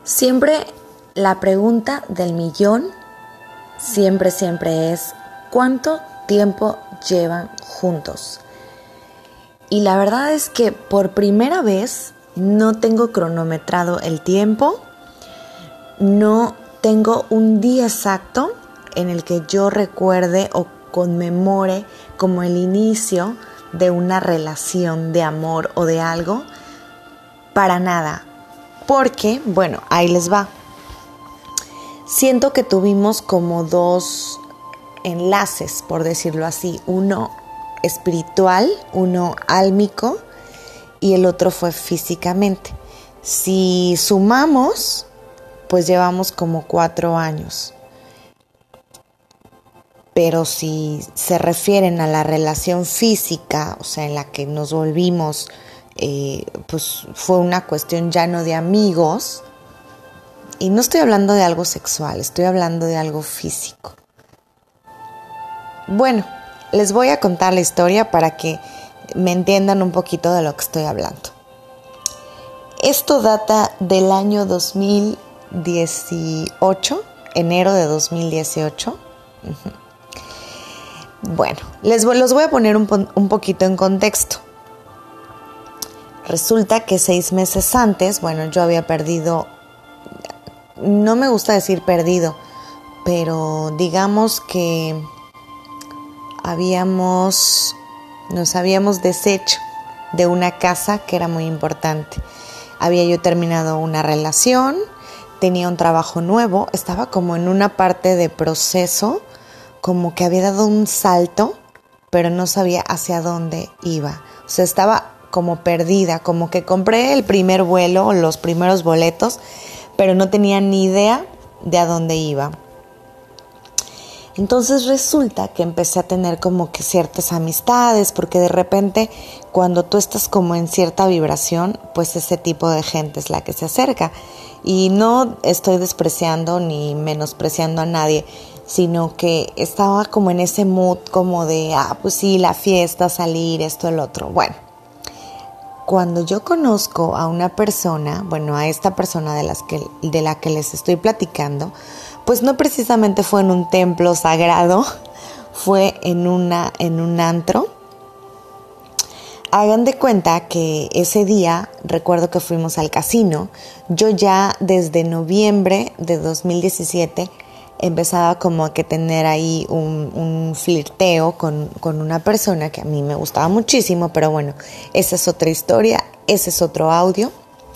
Siempre la pregunta del millón, siempre es, ¿cuánto tiempo llevan juntos? Y la verdad es que por primera vez no tengo cronometrado el tiempo, no tengo un día exacto en el que yo recuerde o conmemore como el inicio de una relación de amor o de algo, para nada. Porque, bueno, ahí les va. Siento que tuvimos como dos enlaces, por decirlo así. Uno espiritual, uno álmico y el otro fue físicamente. Si sumamos, pues llevamos como 4 años. Pero si se refieren a la relación física, o sea, en la que nos volvimos, pues fue una cuestión ya no de amigos. Y no estoy hablando de algo sexual, estoy hablando de algo físico. Bueno, les voy a contar la historia para que me entiendan un poquito de lo que estoy hablando. Esto data del año 2018, enero de 2018. Bueno, los voy a poner un poquito en contexto. Resulta que 6 meses antes, bueno, yo había perdido, no me gusta decir perdido, pero digamos que nos habíamos deshecho de una casa que era muy importante. Había yo terminado una relación, tenía un trabajo nuevo, estaba como en una parte de proceso, como que había dado un salto, pero no sabía hacia dónde iba. O sea, estaba como perdida, como que compré el primer vuelo, los primeros boletos, pero no tenía ni idea de a dónde iba. Entonces resulta que empecé a tener como que ciertas amistades, porque de repente cuando tú estás como en cierta vibración, pues ese tipo de gente es la que se acerca. Y no estoy despreciando ni menospreciando a nadie, sino que estaba como en ese mood como de, pues sí, la fiesta, salir, esto, el otro. Bueno, cuando yo conozco a una persona, bueno, a esta persona de la que les estoy platicando, pues no precisamente fue en un templo sagrado, fue en un antro. Hagan de cuenta que ese día, recuerdo que fuimos al casino. Yo ya desde noviembre de 2017 empezaba como a que tener ahí un flirteo con una persona que a mí me gustaba muchísimo, pero bueno, esa es otra historia, ese es otro audio.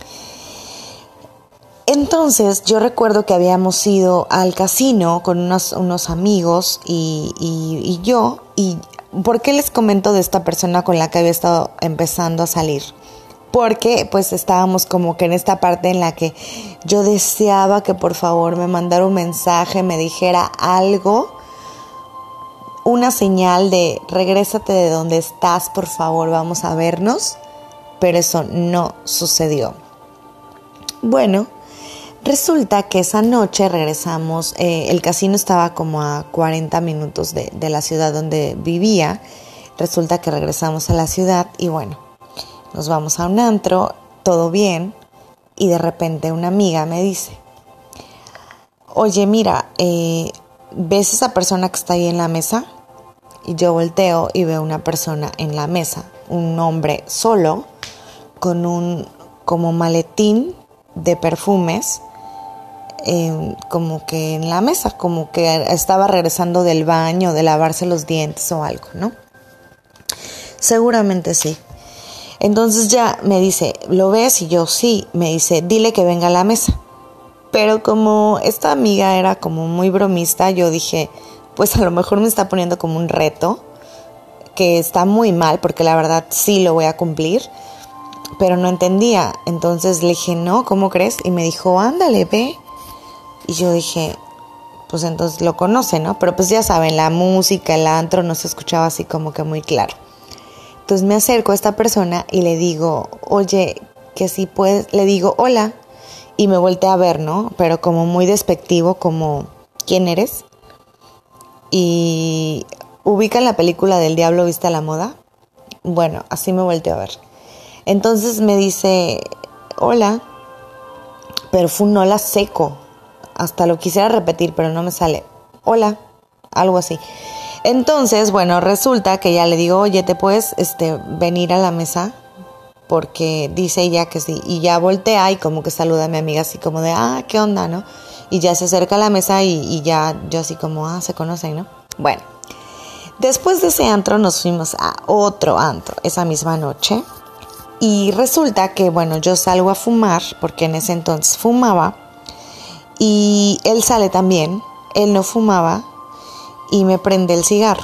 Entonces yo recuerdo que habíamos ido al casino con unos amigos y yo, y ¿por qué les comento de esta persona con la que había estado empezando a salir? Porque pues estábamos como que en esta parte en la que yo deseaba que por favor me mandara un mensaje, me dijera algo, una señal de regrésate de donde estás, por favor, vamos a vernos, pero eso no sucedió. Bueno, resulta que esa noche regresamos, el casino estaba como a 40 minutos de la ciudad donde vivía. Resulta que regresamos a la ciudad y bueno, nos vamos a un antro, todo bien, y de repente una amiga me dice, oye, mira, ¿ves esa persona que está ahí en la mesa? Y yo volteo y veo una persona en la mesa, un hombre solo, con un como maletín de perfumes, como que en la mesa, como que estaba regresando del baño, de lavarse los dientes o algo, ¿no? Seguramente sí. Entonces ya me dice, ¿lo ves? Y yo sí. Me dice, dile que venga a la mesa. Pero como esta amiga era como muy bromista, yo dije, pues a lo mejor me está poniendo como un reto, que está muy mal, porque la verdad sí lo voy a cumplir, pero no entendía. Entonces le dije, no, ¿cómo crees? Y me dijo, ándale, ve. Y yo dije, pues entonces lo conoce, ¿no? Pero pues ya saben, la música, el antro no se escuchaba así como que muy claro. Entonces me acerco a esta persona y le digo, oye, que si puedes, le digo, hola. Y me volteé a ver, ¿no? Pero como muy despectivo, como, ¿quién eres? Y ¿ubican la película del Diablo Viste a la Moda? Bueno, así me volteé a ver. Entonces me dice, hola. pero fue un hola seco. Hasta lo quisiera repetir, pero no me sale. Hola, algo así. Entonces, bueno, resulta que ya le digo, oye, ¿te puedes venir a la mesa? Porque dice ella que sí. Y ya voltea y como que saluda a mi amiga así como de, ¿qué onda, no? Y ya se acerca a la mesa y ya yo así como, se conocen, ¿no? Bueno, después de ese antro nos fuimos a otro antro esa misma noche. Y resulta que, bueno, yo salgo a fumar, porque en ese entonces fumaba. Y él sale también, él no fumaba y me prende el cigarro.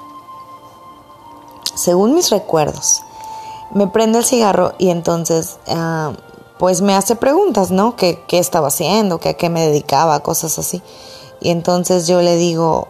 Según mis recuerdos, me prende el cigarro y entonces pues me hace preguntas, ¿no? ¿Qué estaba haciendo? ¿A qué me dedicaba? Cosas así. Y entonces yo le digo,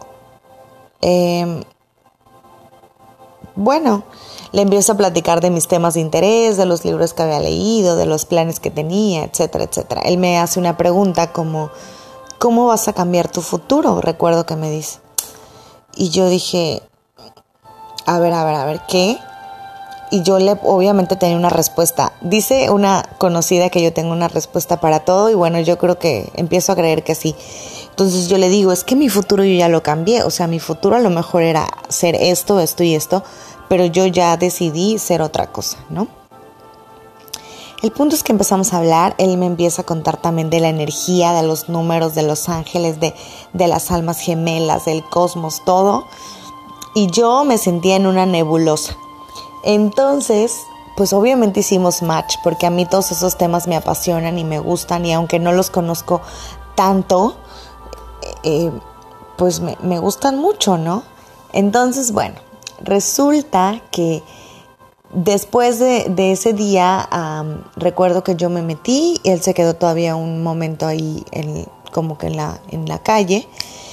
bueno, le empiezo a platicar de mis temas de interés, de los libros que había leído, de los planes que tenía, etcétera, etcétera. Él me hace una pregunta como, ¿cómo vas a cambiar tu futuro? Recuerdo que me dice. Y yo dije, a ver, ¿qué? Y yo obviamente tenía una respuesta. Dice una conocida que yo tengo una respuesta para todo y bueno, yo creo que empiezo a creer que sí. Entonces yo le digo, es que mi futuro yo ya lo cambié. O sea, mi futuro a lo mejor era ser esto y esto, pero yo ya decidí ser otra cosa, ¿no? El punto es que empezamos a hablar, él me empieza a contar también de la energía, de los números, de los ángeles, de las almas gemelas, del cosmos, todo. Y yo me sentía en una nebulosa. Entonces, pues obviamente hicimos match, porque a mí todos esos temas me apasionan y me gustan, y aunque no los conozco tanto, pues me gustan mucho, ¿no? Entonces, bueno, resulta que después de ese día, recuerdo que yo me metí, y él se quedó todavía un momento ahí, como que en la calle.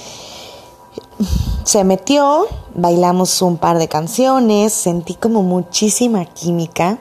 Se metió, bailamos un par de canciones, sentí como muchísima química.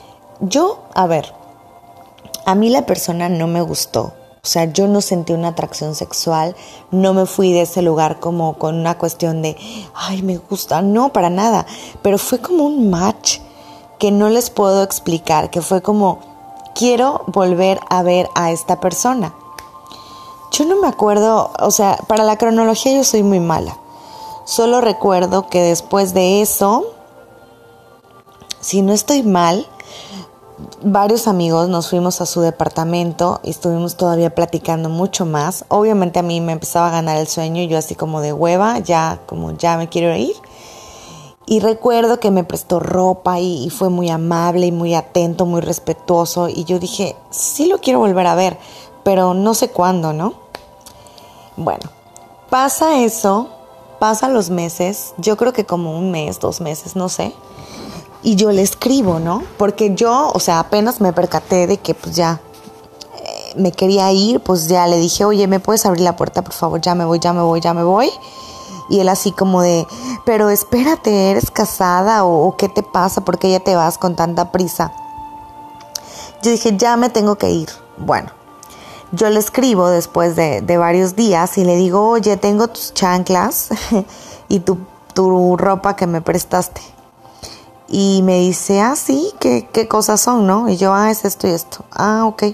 A mí la persona no me gustó. O sea, yo no sentí una atracción sexual, no me fui de ese lugar como con una cuestión de, me gusta, no, para nada. Pero fue como un match que no les puedo explicar, que fue como, quiero volver a ver a esta persona. Yo no me acuerdo, o sea, para la cronología yo soy muy mala. Solo recuerdo que después de eso, si no estoy mal, varios amigos nos fuimos a su departamento y estuvimos todavía platicando mucho más. Obviamente a mí me empezaba a ganar el sueño y yo así como de hueva, ya me quiero ir. Y recuerdo que me prestó ropa y fue muy amable y muy atento, muy respetuoso. Y yo dije, sí lo quiero volver a ver, pero no sé cuándo, ¿no? Bueno, pasa eso. Pasan los meses, yo creo que como un mes, 2 meses, no sé. Y yo le escribo, ¿no? Porque yo, o sea, apenas me percaté de que pues ya me quería ir, pues ya le dije, oye, ¿me puedes abrir la puerta, por favor? Ya me voy. Y él así como de, pero espérate, ¿eres casada o qué te pasa? ¿Por qué ya te vas con tanta prisa? Yo dije, ya me tengo que ir. Bueno. Yo le escribo después de varios días y le digo, oye, tengo tus chanclas y tu ropa que me prestaste. Y me dice, sí, ¿qué cosas son, no? Y yo, es esto y esto. Ok.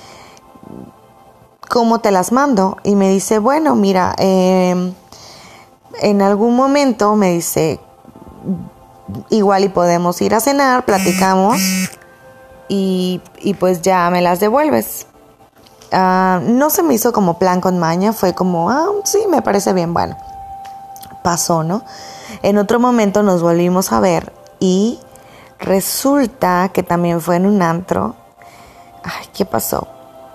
¿Cómo te las mando? Y me dice, bueno, mira, en algún momento me dice, igual y podemos ir a cenar, platicamos y pues ya me las devuelves. No se me hizo como plan con maña, fue como, sí, me parece bien, bueno, pasó, ¿no? En otro momento nos volvimos a ver y resulta que también fue en un antro. ¿Qué pasó?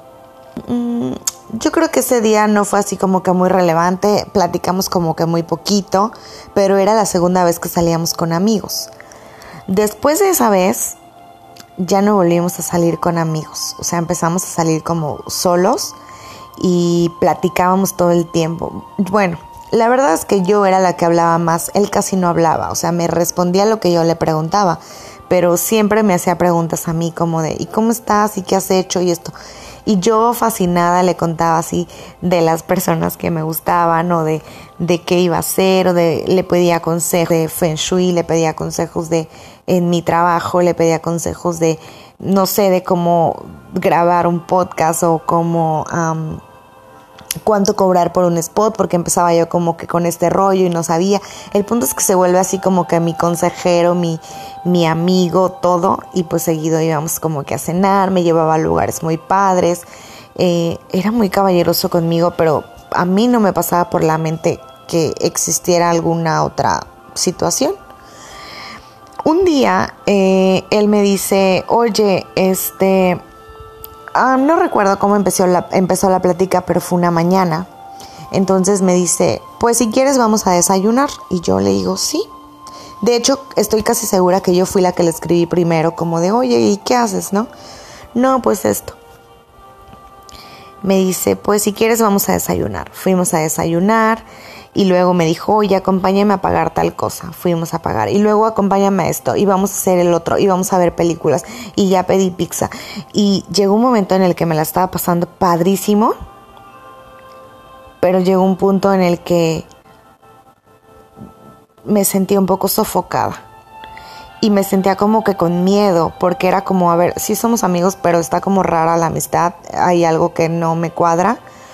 Yo creo que ese día no fue así como que muy relevante, platicamos como que muy poquito, pero era la segunda vez que salíamos con amigos. Después de esa vez, ya no volvimos a salir con amigos, o sea, empezamos a salir como solos y platicábamos todo el tiempo. Bueno, la verdad es que yo era la que hablaba más, él casi no hablaba, o sea, me respondía lo que yo le preguntaba, pero siempre me hacía preguntas a mí como de, ¿y cómo estás? ¿Y qué has hecho? Y esto. Y yo fascinada le contaba así de las personas que me gustaban o de qué iba a hacer o le pedía consejos de Feng Shui, le pedía consejos en mi trabajo, le pedía consejos de no sé, de cómo grabar un podcast o cómo cuánto cobrar por un spot, porque empezaba yo como que con este rollo y no sabía. El punto es que se vuelve así como que mi consejero, mi amigo, todo, y pues seguido íbamos como que a cenar, me llevaba a lugares muy padres, era muy caballeroso conmigo, pero a mí no me pasaba por la mente que existiera alguna otra situación. Un día él me dice, oye, no recuerdo cómo empezó la plática, pero fue una mañana. Entonces me dice, pues si quieres vamos a desayunar. Y yo le digo, sí. De hecho, estoy casi segura que yo fui la que le escribí primero, como de, oye, ¿y qué haces, no? No, pues esto. Me dice, pues si quieres vamos a desayunar. Fuimos a desayunar y luego me dijo, oye, acompáñame a pagar tal cosa. Fuimos a pagar y luego acompáñame a esto y vamos a hacer el otro y vamos a ver películas y ya pedí pizza. Y llegó un momento en el que me la estaba pasando padrísimo, pero llegó un punto en el que me sentí un poco sofocada. Y me sentía como que con miedo, porque era como, a ver, sí somos amigos, pero está como rara la amistad, hay algo que no me cuadra.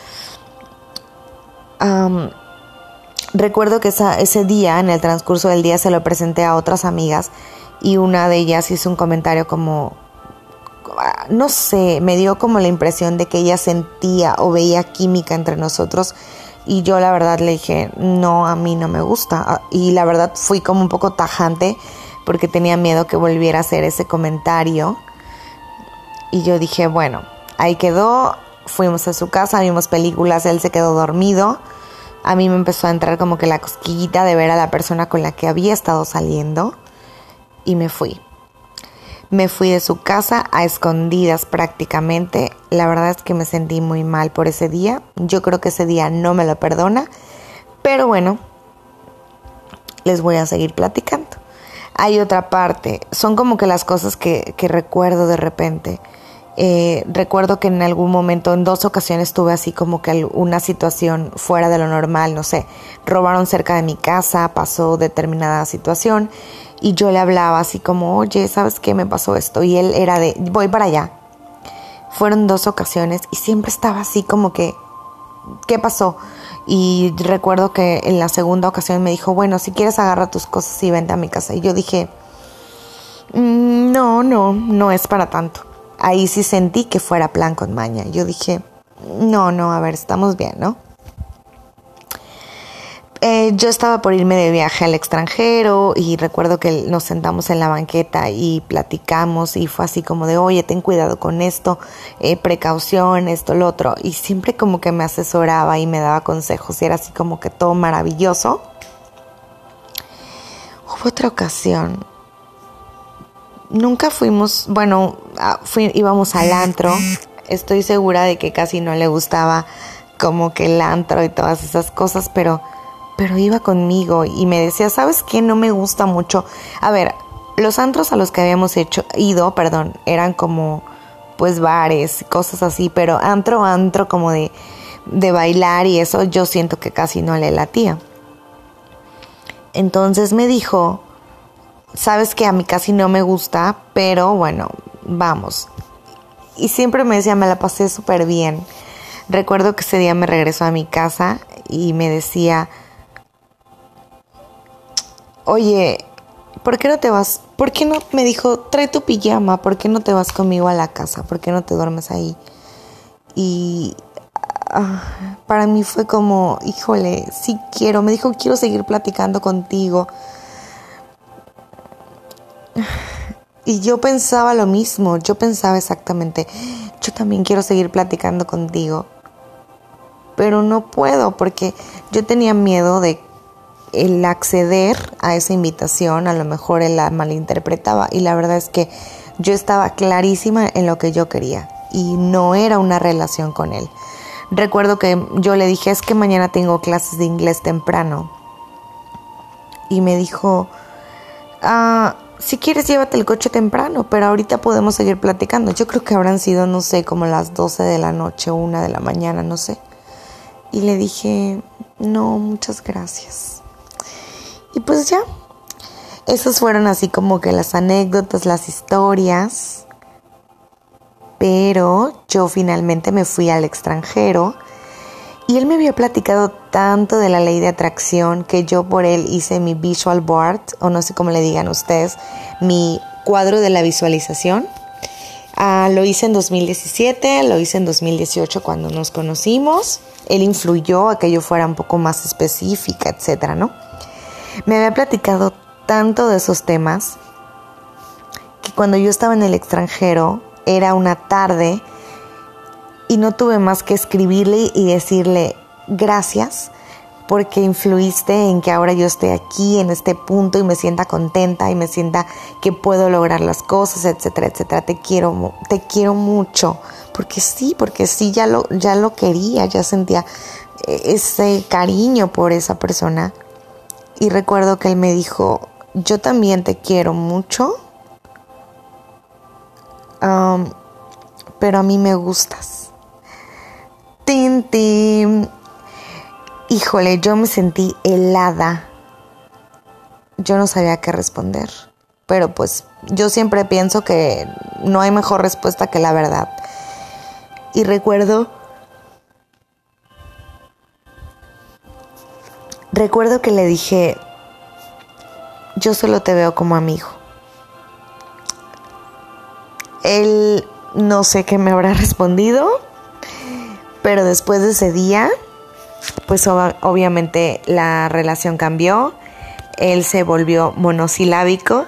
Recuerdo que ese día, en el transcurso del día, se lo presenté a otras amigas y una de ellas hizo un comentario como, no sé, me dio como la impresión de que ella sentía o veía química entre nosotros. Y yo la verdad le dije, no, a mí no me gusta. Y la verdad fui como un poco tajante porque tenía miedo que volviera a hacer ese comentario. Y yo dije, bueno, ahí quedó. Fuimos a su casa, vimos películas, él se quedó dormido. A mí me empezó a entrar como que la cosquillita de ver a la persona con la que había estado saliendo. Y me fui. Me fui de su casa a escondidas prácticamente. La verdad es que me sentí muy mal por ese día. Yo creo que ese día no me lo perdona. Pero bueno, les voy a seguir platicando. Hay otra parte. Son como que las cosas que recuerdo de repente. Recuerdo que en algún momento, en 2 ocasiones, tuve así como que una situación fuera de lo normal. No sé, robaron cerca de mi casa, pasó determinada situación. Y yo le hablaba así como, oye, ¿sabes qué? Me pasó esto. Y él era de, voy para allá. Fueron 2 ocasiones y siempre estaba así como que, ¿qué pasó? Y recuerdo que en la segunda ocasión me dijo, bueno, si quieres agarra tus cosas y vente a mi casa. Y yo dije, no es para tanto. Ahí sí sentí que fuera plan con maña. Yo dije, no, a ver, estamos bien, ¿no? Yo estaba por irme de viaje al extranjero y recuerdo que nos sentamos en la banqueta y platicamos y fue así como de, oye, ten cuidado con esto, precaución, esto, lo otro. Y siempre como que me asesoraba y me daba consejos y era así como que todo maravilloso. Hubo otra ocasión. Nunca fuimos, bueno, íbamos al antro. Estoy segura de que casi no le gustaba como que el antro y todas esas cosas, pero iba conmigo y me decía, ¿sabes qué? No me gusta mucho. A ver, los antros a los que habíamos ido, eran como pues bares, cosas así, pero antro como de bailar y eso, yo siento que casi no le latía. Entonces me dijo, sabes que a mí casi no me gusta, pero bueno, vamos. Y siempre me decía, me la pasé súper bien. Recuerdo que ese día me regresó a mi casa y me decía, oye, ¿por qué no te vas? ¿Por qué no? Me dijo, trae tu pijama, ¿por qué no te vas conmigo a la casa? ¿Por qué no te duermes ahí? Y para mí fue como, híjole, sí quiero. Me dijo, quiero seguir platicando contigo. Y yo pensaba lo mismo, yo pensaba exactamente, yo también quiero seguir platicando contigo. Pero no puedo porque yo tenía miedo de el acceder a esa invitación, a lo mejor él la malinterpretaba y la verdad es que yo estaba clarísima en lo que yo quería y no era una relación con él. Recuerdo que yo le dije, es que mañana tengo clases de inglés temprano y me dijo, si quieres llévate el coche temprano, pero ahorita podemos seguir platicando. Yo creo que habrán sido, no sé, como las 12 de la noche o 1 de la mañana, no sé. Y le dije, no, muchas gracias. Y pues ya, esas fueron así como que las anécdotas, las historias. pero yo finalmente me fui al extranjero y él me había platicado tanto de la ley de atracción que yo por él hice mi visual board, o no sé cómo le digan ustedes, mi cuadro de la visualización. Lo hice en 2017, lo hice en 2018 cuando nos conocimos. Él influyó a que yo fuera un poco más específica, etcétera, ¿no? Me había platicado tanto de esos temas que cuando yo estaba en el extranjero era una tarde y no tuve más que escribirle y decirle gracias porque influiste en que ahora yo esté aquí en este punto y me sienta contenta y me sienta que puedo lograr las cosas, etcétera, etcétera. Te quiero mucho, porque sí, ya lo quería, ya sentía ese cariño por esa persona. Y recuerdo que él me dijo, yo también te quiero mucho, pero a mí me gustas. Tin, tin. Híjole, yo me sentí helada. Yo no sabía qué responder. Pero pues yo siempre pienso que no hay mejor respuesta que la verdad. Y recuerdo que le dije, yo solo te veo como amigo. Él no sé qué me habrá respondido, pero después de ese día, pues obviamente la relación cambió. Él se volvió monosilábico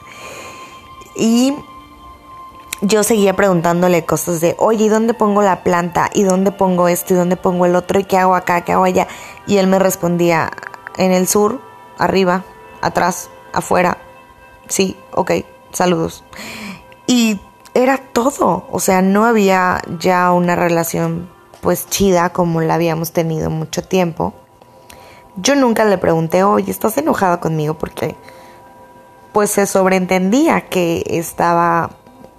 y yo seguía preguntándole cosas de, oye, ¿y dónde pongo la planta? ¿Y dónde pongo esto? ¿Y dónde pongo el otro? ¿Y qué hago acá? ¿Qué hago allá? Y él me respondía, en el sur, arriba, atrás, afuera. Sí, ok, saludos. Y era todo. O sea, no había ya una relación pues chida como la habíamos tenido mucho tiempo. Yo nunca le pregunté, oye, ¿estás enojado conmigo? Porque pues se sobreentendía que estaba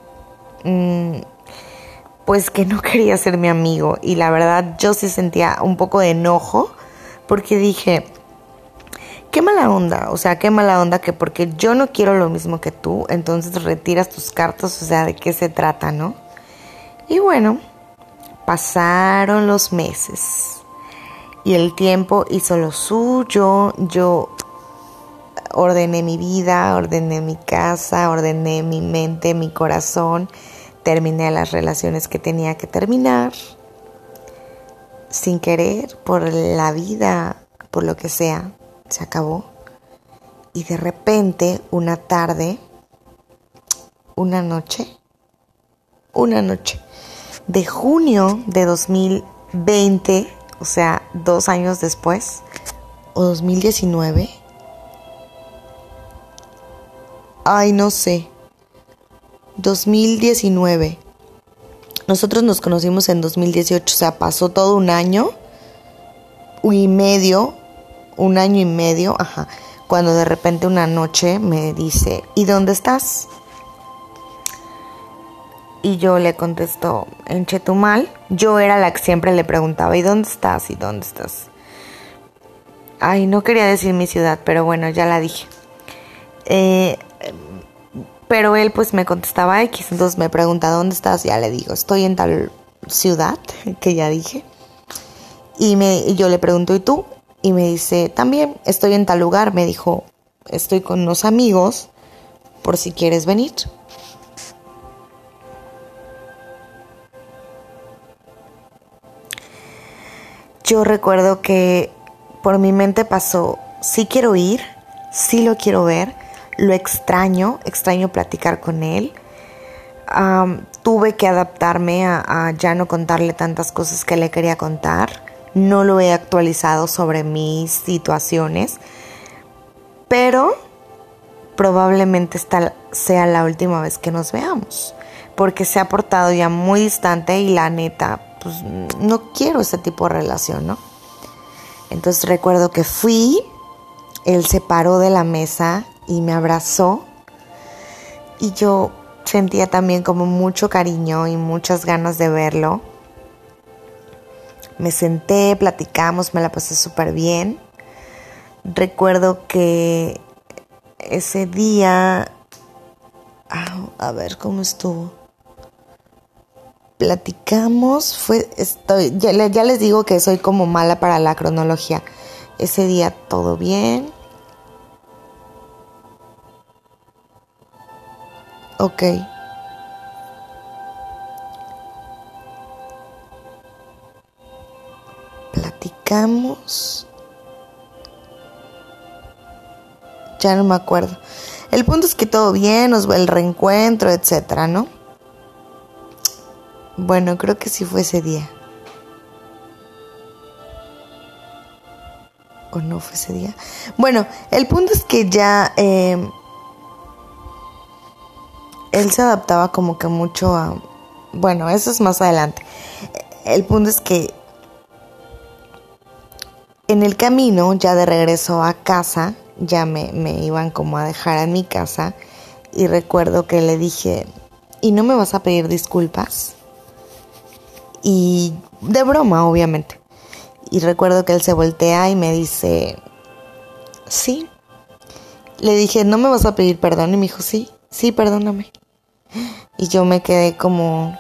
pues que no quería ser mi amigo. Y la verdad yo sí sentía un poco de enojo porque dije, qué mala onda, o sea, qué mala onda que porque yo no quiero lo mismo que tú, entonces retiras tus cartas, o sea, ¿de qué se trata, no? Y bueno, pasaron los meses y el tiempo hizo lo suyo. Yo ordené mi vida, ordené mi casa, ordené mi mente, mi corazón, terminé las relaciones que tenía que terminar, sin querer, por la vida, por lo que sea, se acabó. Y de repente, una tarde, una noche de junio de 2020, o sea, 2 años después, o 2019, ay, no sé, 2019. Nosotros nos conocimos en 2018, o sea, pasó todo un año y medio, cuando de repente una noche me dice, ¿y dónde estás? Y yo le contesto, en Chetumal. Yo era la que siempre le preguntaba, ¿y dónde estás? ¿Y dónde estás? Ay, no quería decir mi ciudad, pero bueno, ya la dije. Pero él pues me contestaba X, entonces me pregunta, ¿dónde estás? Ya le digo, estoy en tal ciudad, que ya dije. Y yo le pregunto, ¿y tú? Y me dice, también estoy en tal lugar. Me dijo, estoy con unos amigos por si quieres venir. Yo recuerdo que por mi mente pasó, sí quiero ir, sí lo quiero ver, lo extraño platicar con él. Tuve que adaptarme a ya no contarle tantas cosas que le quería contar. No lo he actualizado sobre mis situaciones, pero probablemente esta sea la última vez que nos veamos, porque se ha portado ya muy distante y la neta, pues no quiero ese tipo de relación, ¿no? Entonces recuerdo que fui, él se paró de la mesa y me abrazó y yo sentía también como mucho cariño y muchas ganas de verlo. Me senté, platicamos, me la pasé súper bien. Recuerdo que ese día, a ver cómo estuvo. platicamos, ya les digo que soy como mala para la cronología. Ese día todo bien. Ok. Platicamos. Ya no me acuerdo. El punto es que todo bien, nos va el reencuentro, etcétera, ¿no? Bueno, creo que sí fue ese día. ¿O no fue ese día? Bueno, el punto es que ya él se adaptaba como que mucho a... Bueno, eso es más adelante. El punto es que en el camino, ya de regreso a casa, ya me iban como a dejar en mi casa. Y recuerdo que le dije, ¿y no me vas a pedir disculpas? Y de broma, obviamente. Y recuerdo que él se voltea y me dice, sí. Le dije, ¿no me vas a pedir perdón? Y me dijo, sí, perdóname. Y yo me quedé como,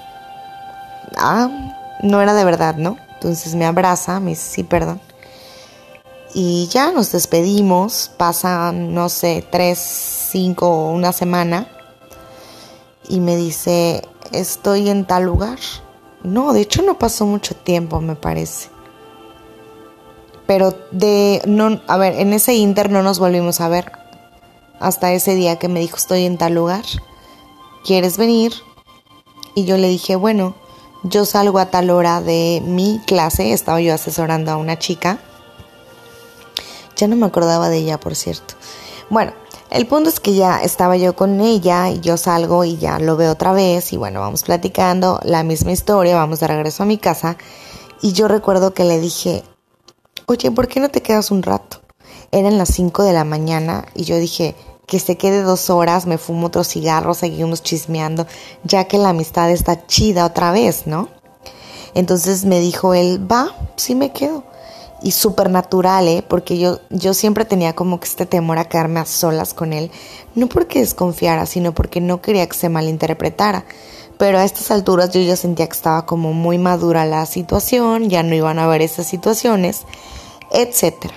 no era de verdad, ¿no? Entonces me abraza, me dice, sí, perdón. Y ya nos despedimos, pasan, no sé, 3, 5 o una semana. Y me dice, estoy en tal lugar. No, de hecho no pasó mucho tiempo, me parece. Pero en ese inter no nos volvimos a ver. Hasta ese día que me dijo, estoy en tal lugar, ¿quieres venir? Y yo le dije, bueno, yo salgo a tal hora de mi clase. Estaba yo asesorando a una chica. Ya no me acordaba de ella, por cierto. Bueno, el punto es que ya estaba yo con ella y yo salgo y ya lo veo otra vez. Y bueno, vamos platicando la misma historia, vamos de regreso a mi casa. Y yo recuerdo que le dije, oye, ¿por qué no te quedas un rato? Eran las 5 de la mañana y yo dije, que se quede 2 horas, me fumo otro cigarro, seguimos chismeando, ya que la amistad está chida otra vez, ¿no? Entonces me dijo él, va, sí me quedo. Y súper natural, porque yo siempre tenía como que este temor a quedarme a solas con él, no porque desconfiara, sino porque no quería que se malinterpretara. Pero a estas alturas yo ya sentía que estaba como muy madura la situación, ya no iban a haber esas situaciones, etcétera.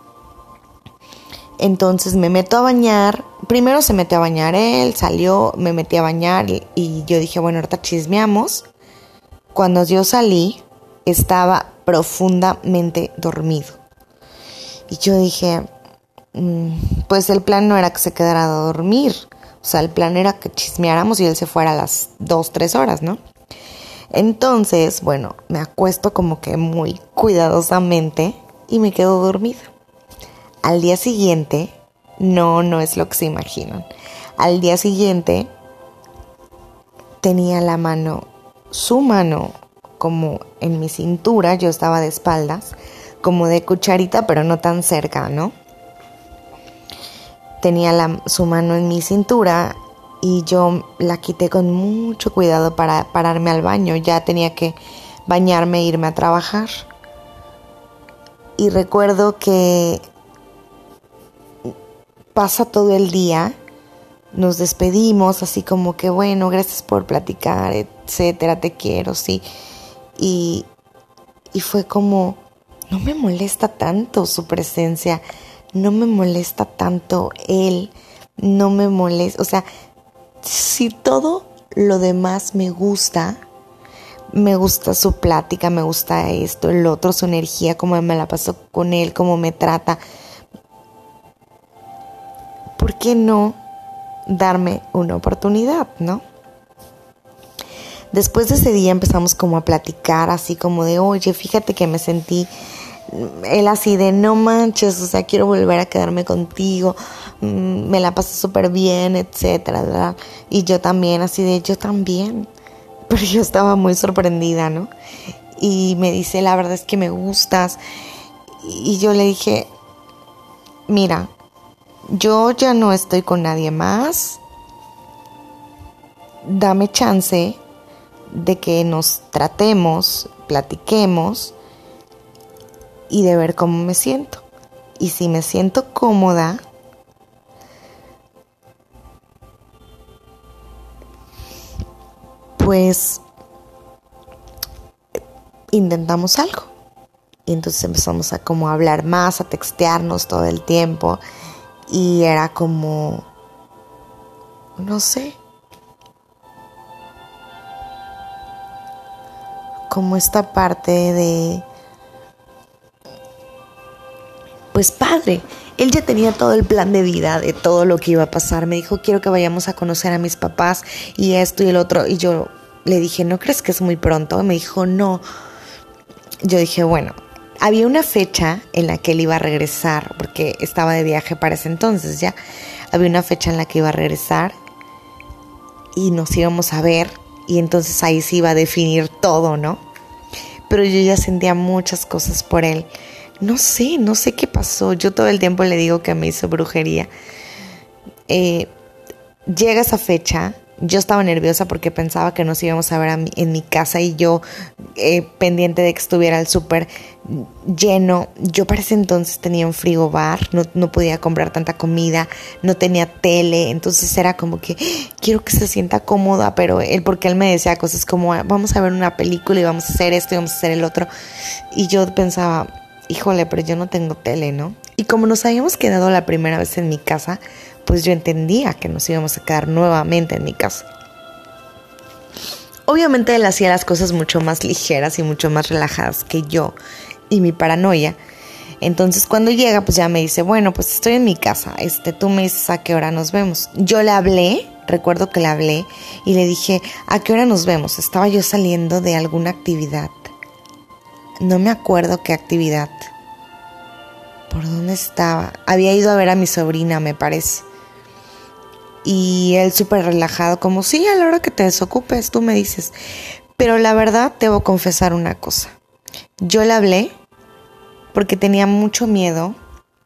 Entonces me meto a bañar, primero se metió a bañar él, salió, me metí a bañar y yo dije, bueno, ahorita chismeamos. Cuando yo salí, estaba profundamente dormido. Y yo dije, pues el plan no era que se quedara a dormir, o sea, el plan era que chismeáramos y él se fuera a las 2, 3 horas, ¿no? Entonces, bueno, me acuesto como que muy cuidadosamente y me quedo dormida. Al día siguiente, no es lo que se imaginan. Al día siguiente tenía su mano como en mi cintura, yo estaba de espaldas, como de cucharita, pero no tan cerca, ¿no? Tenía su mano en mi cintura y yo la quité con mucho cuidado para pararme al baño. Ya tenía que bañarme e irme a trabajar. Y recuerdo que pasa todo el día, nos despedimos así como que bueno, gracias por platicar, etcétera, te quiero, sí. Y fue como, no me molesta tanto su presencia, no me molesta tanto él, no me molesta, o sea, si todo lo demás me gusta su plática, me gusta esto, el otro, su energía, cómo me la paso con él, cómo me trata, ¿por qué no darme una oportunidad, no? Después de ese día empezamos como a platicar, así como de, oye, fíjate que me sentí, él así de, no manches, o sea, quiero volver a quedarme contigo, me la pasé súper bien, etcétera, ¿verdad? Y yo también, así de, yo también, pero yo estaba muy sorprendida, ¿no? Y me dice, la verdad es que me gustas, y yo le dije, mira, yo ya no estoy con nadie más, dame chance de que nos tratemos, platiquemos y de ver cómo me siento. Y si me siento cómoda, pues intentamos algo. Y entonces empezamos a como hablar más, a textearnos todo el tiempo. Y era como, no sé, como esta parte de, pues padre. Él ya tenía todo el plan de vida de todo lo que iba a pasar. Me dijo, quiero que vayamos a conocer a mis papás y esto y el otro. Y yo le dije, ¿no crees que es muy pronto? Me dijo, no. Yo dije, bueno, había una fecha en la que él iba a regresar, porque estaba de viaje para ese entonces ya. Había una fecha en la que iba a regresar y nos íbamos a ver. Y entonces ahí se iba a definir todo, ¿no? Pero yo ya sentía muchas cosas por él. No sé qué pasó. Yo todo el tiempo le digo que me hizo brujería. Llega esa fecha. Yo estaba nerviosa porque pensaba que nos íbamos a ver en mi casa y yo pendiente de que estuviera el súper lleno. Yo para ese entonces tenía un frigobar, no podía comprar tanta comida, no tenía tele, entonces era como que quiero que se sienta cómoda, pero porque él me decía cosas como vamos a ver una película y vamos a hacer esto y vamos a hacer el otro. Y yo pensaba, híjole, pero yo no tengo tele, ¿no? Y como nos habíamos quedado la primera vez en mi casa, pues yo entendía que nos íbamos a quedar nuevamente en mi casa. Obviamente él hacía las cosas mucho más ligeras y mucho más relajadas que yo y mi paranoia. Entonces cuando llega, pues ya me dice, bueno, pues estoy en mi casa, tú me dices a qué hora nos vemos. Yo le hablé, recuerdo que le hablé y le dije, ¿a qué hora nos vemos? Estaba yo saliendo de alguna actividad. No me acuerdo qué actividad. ¿Por dónde estaba? Había ido a ver a mi sobrina, me parece. Y él súper relajado, como sí, a la hora que te desocupes, tú me dices. Pero la verdad, debo confesar una cosa. Yo le hablé porque tenía mucho miedo.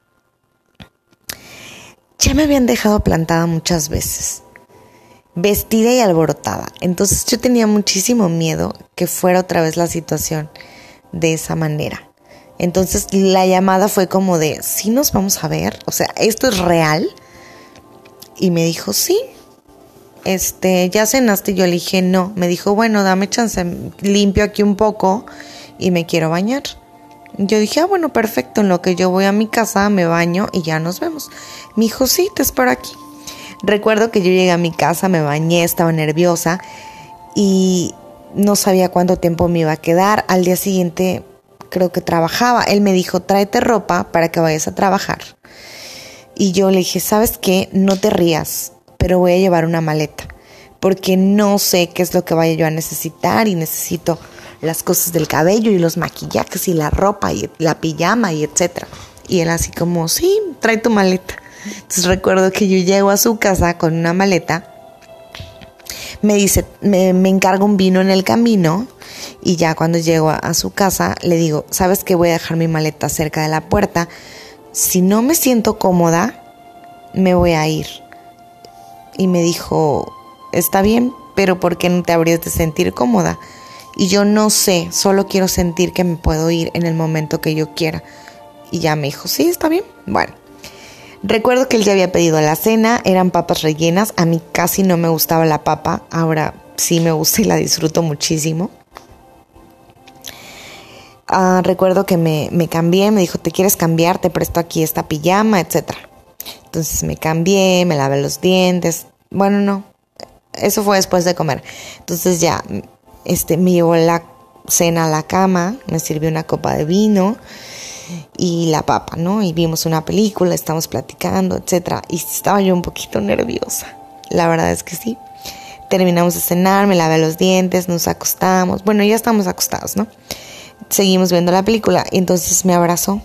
Ya me habían dejado plantada muchas veces, vestida y alborotada. Entonces yo tenía muchísimo miedo que fuera otra vez la situación de esa manera. Entonces la llamada fue como de, ¿sí nos vamos a ver? O sea, ¿esto es real? Y me dijo, sí. ¿Ya cenaste? Y yo le dije, no. Me dijo, bueno, dame chance, limpio aquí un poco y me quiero bañar. Yo dije, bueno, perfecto, en lo que yo voy a mi casa, me baño y ya nos vemos. Me dijo, sí, te espero aquí. Recuerdo que yo llegué a mi casa, me bañé, estaba nerviosa y no sabía cuánto tiempo me iba a quedar. Al día siguiente creo que trabajaba. Él me dijo, tráete ropa para que vayas a trabajar. Y yo le dije, ¿sabes qué? No te rías, pero voy a llevar una maleta, porque no sé qué es lo que vaya yo a necesitar y necesito las cosas del cabello y los maquillajes y la ropa y la pijama y etcétera. Y él así como, sí, trae tu maleta. Entonces recuerdo que yo llego a su casa con una maleta, me dice, me encarga un vino en el camino y ya cuando llego a su casa le digo, ¿sabes qué? Voy a dejar mi maleta cerca de la puerta. Si no me siento cómoda, me voy a ir. Y me dijo, está bien, pero ¿por qué no te habrías de sentir cómoda? Y yo no sé, solo quiero sentir que me puedo ir en el momento que yo quiera. Y ya me dijo, sí, está bien. Bueno, recuerdo que él ya había pedido la cena, eran papas rellenas. A mí casi no me gustaba la papa, ahora sí me gusta y la disfruto muchísimo. Recuerdo que me cambié, me dijo, ¿te quieres cambiar? Te presto aquí esta pijama, etcétera. Entonces me cambié, me lavé los dientes. Bueno, no, eso fue después de comer. Entonces ya, me llevó la cena a la cama, me sirvió una copa de vino y la papa, ¿no? Y vimos una película, estamos platicando, etcétera. Y estaba yo un poquito nerviosa, la verdad es que sí. Terminamos de cenar, me lavé los dientes, nos acostamos. Bueno, ya estamos acostados, ¿no? Seguimos viendo la película y entonces me abrazó.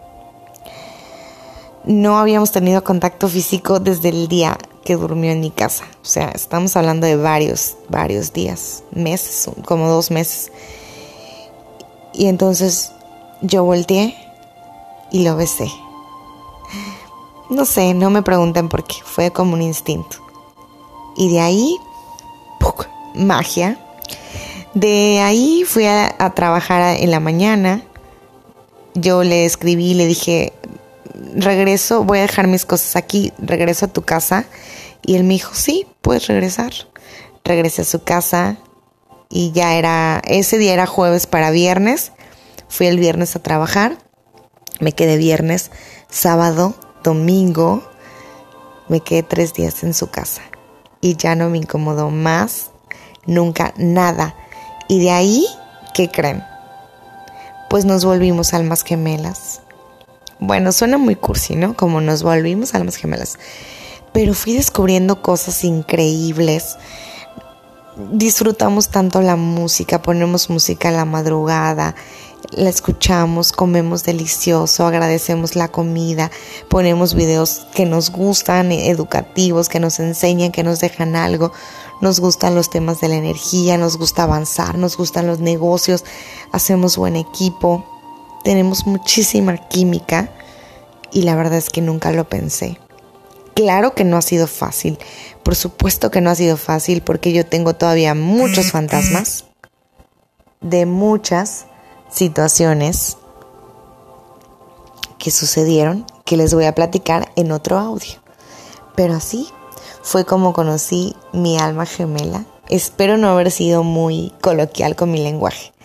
No habíamos tenido contacto físico desde el día que durmió en mi casa. O sea, estamos hablando de varios días, meses, como 2 meses. Y entonces yo volteé y lo besé. No sé, no me pregunten por qué, fue como un instinto. Y de ahí, ¡puc!, magia. De ahí fui a trabajar en la mañana. Yo le escribí y le dije, regreso, voy a dejar mis cosas aquí, regreso a tu casa. Y él me dijo, sí, puedes regresar. Regresé a su casa, y ese día era jueves para viernes. Fui el viernes a trabajar, me quedé viernes, sábado, domingo, me quedé 3 días en su casa y ya no me incomodó más, nunca, nada. Y de ahí, ¿qué creen? Pues nos volvimos almas gemelas. Bueno, suena muy cursi, ¿no? Como nos volvimos almas gemelas. Pero fui descubriendo cosas increíbles. Disfrutamos tanto la música, ponemos música a la madrugada, la escuchamos, comemos delicioso, agradecemos la comida, ponemos videos que nos gustan, educativos, que nos enseñan, que nos dejan algo. Nos gustan los temas de la energía, nos gusta avanzar, nos gustan los negocios, hacemos buen equipo, tenemos muchísima química y la verdad es que nunca lo pensé. Claro que no ha sido fácil, por supuesto que no ha sido fácil porque yo tengo todavía muchos fantasmas de muchas situaciones que sucedieron que les voy a platicar en otro audio. Pero así fue como conocí mi alma gemela. Espero no haber sido muy coloquial con mi lenguaje.